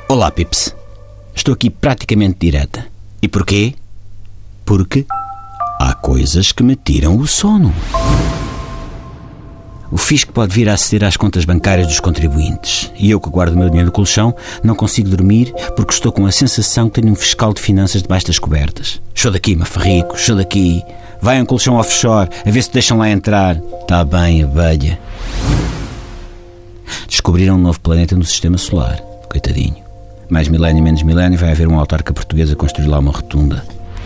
Olá, Pips. Estou aqui praticamente direta. E porquê? Porque há coisas que me tiram o sono. O fisco pode vir a aceder às contas bancárias dos contribuintes. E eu, que guardo o meu dinheiro no colchão, não consigo dormir porque estou com a sensação que tenho um fiscal de finanças debaixo das cobertas. Show daqui, mafarrico, show daqui. Vai a um colchão offshore, a ver se te deixam lá entrar. Está bem, abelha. Descobriram um novo planeta no sistema solar. Coitadinho. Mais milénio, menos milénio, vai haver uma autarca portuguesa a construir lá uma rotunda.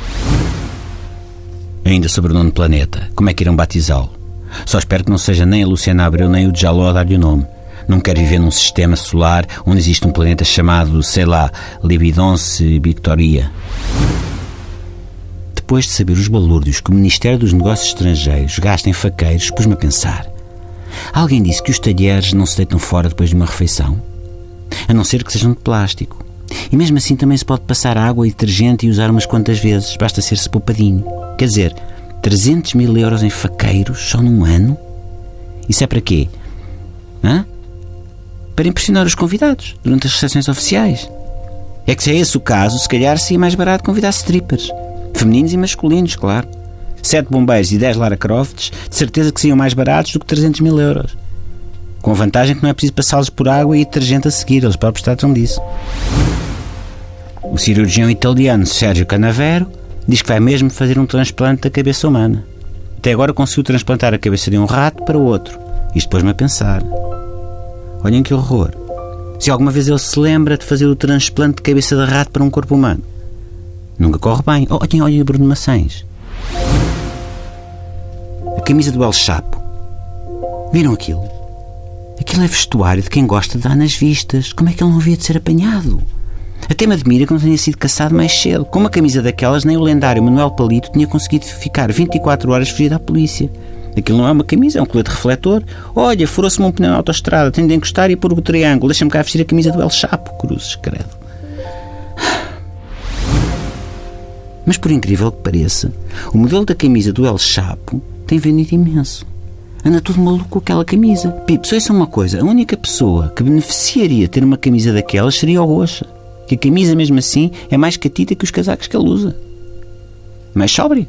Ainda sobre o nono planeta, como é que irão batizá-lo? Só espero que não seja nem a Luciana Abreu nem o Djaló a dar-lhe o nome. Não quero viver num sistema solar onde existe um planeta chamado, sei lá, Libidonce Victoria. Depois de saber os balúrdios que o Ministério dos Negócios Estrangeiros gasta em faqueiros, pus-me a pensar. Alguém disse que os talheres não se deitam fora depois de uma refeição? A não ser que sejam de plástico. E mesmo assim também se pode passar água e detergente e usar umas quantas vezes. Basta ser-se poupadinho. Quer dizer, 300 mil euros em faqueiros só num ano? Isso é para quê? Hã? Para impressionar os convidados durante as recepções oficiais. É que se é esse o caso, se calhar seria mais barato convidar strippers. Femininos e masculinos, claro. 7 bombeiros e 10 Lara Crofts, de certeza que seriam mais baratos do que 300 mil euros. Com a vantagem que não é preciso passá-los por água e detergente a seguir, eles próprios tratam disso. O cirurgião italiano Sergio Canavero diz que vai mesmo fazer um transplante da cabeça humana. Até agora conseguiu transplantar a cabeça de um rato para o outro. Isto pôs-me a pensar. Olhem que horror. Se alguma vez ele se lembra de fazer o transplante de cabeça de rato para um corpo humano. Nunca corre bem. Olhem o Bruno Maçães. A camisa do El Chapo. Viram aquilo? Aquilo é vestuário de quem gosta de dar nas vistas. Como é que ele não havia de ser apanhado? Até me admira que não tenha sido caçado mais cedo. Com uma camisa daquelas, nem o lendário Manuel Palito tinha conseguido ficar 24 horas fugido à polícia. Aquilo não é uma camisa, é um colete refletor. Olha, furou-se-me um pneu na autoestrada, tenho de encostar e pôr o triângulo. Deixa-me cá vestir a camisa do El Chapo. Cruzes, credo. Mas por incrível que pareça, o modelo da camisa do El Chapo tem vendido imenso. Anda tudo maluco com aquela camisa. Pipo, só isso é uma coisa. A única pessoa que beneficiaria de ter uma camisa daquelas seria o Goxa. Que a camisa, mesmo assim, é mais catita que os casacos que ele usa. Mais sóbrio.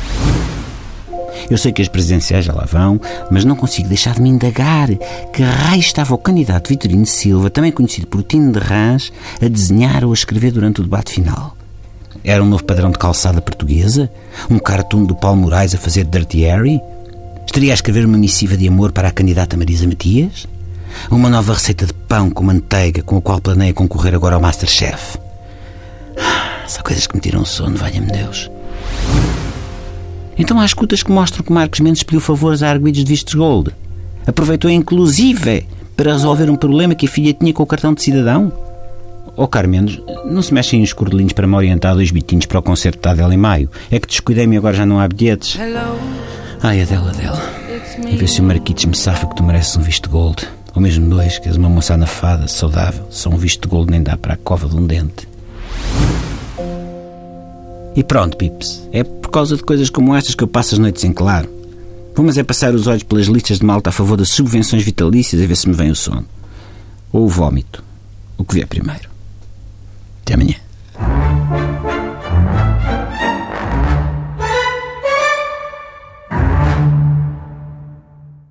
Eu sei que as presidenciais já lá vão, mas não consigo deixar de me indagar que raio estava o candidato Vitorino Silva, também conhecido por Tino de Rãs, a desenhar ou a escrever durante o debate final. Era um novo padrão de calçada portuguesa? Um cartoon do Paulo Moraes a fazer Dirty Harry? Estaria a escrever uma missiva de amor para a candidata Marisa Matias? Uma nova receita de pão com manteiga com a qual planeia concorrer agora ao Masterchef? São coisas que me tiram o sono, valha-me Deus. Então há escutas que mostram que Marcos Mendes pediu favores a arguidos de vistos gold. Aproveitou inclusive para resolver um problema que a filha tinha com o cartão de cidadão. Caro Mendes, não se mexem os cordelinhos para me orientar 2 bitinhos para o concerto da Adele em maio. É que descuidei-me e agora já não há bilhetes. Ai, Adele. A ver se o Marquitos me safa que tu mereces um visto gold. Ou mesmo 2, que és uma moça anafada, saudável. Só um visto gold nem dá para a cova de um dente. E pronto, Pips. É por causa de coisas como estas que eu passo as noites em claro. Vou mas é passar os olhos pelas listas de malta a favor das subvenções vitalícias a ver se me vem o sono. Ou o vómito. O que vier primeiro. Até amanhã.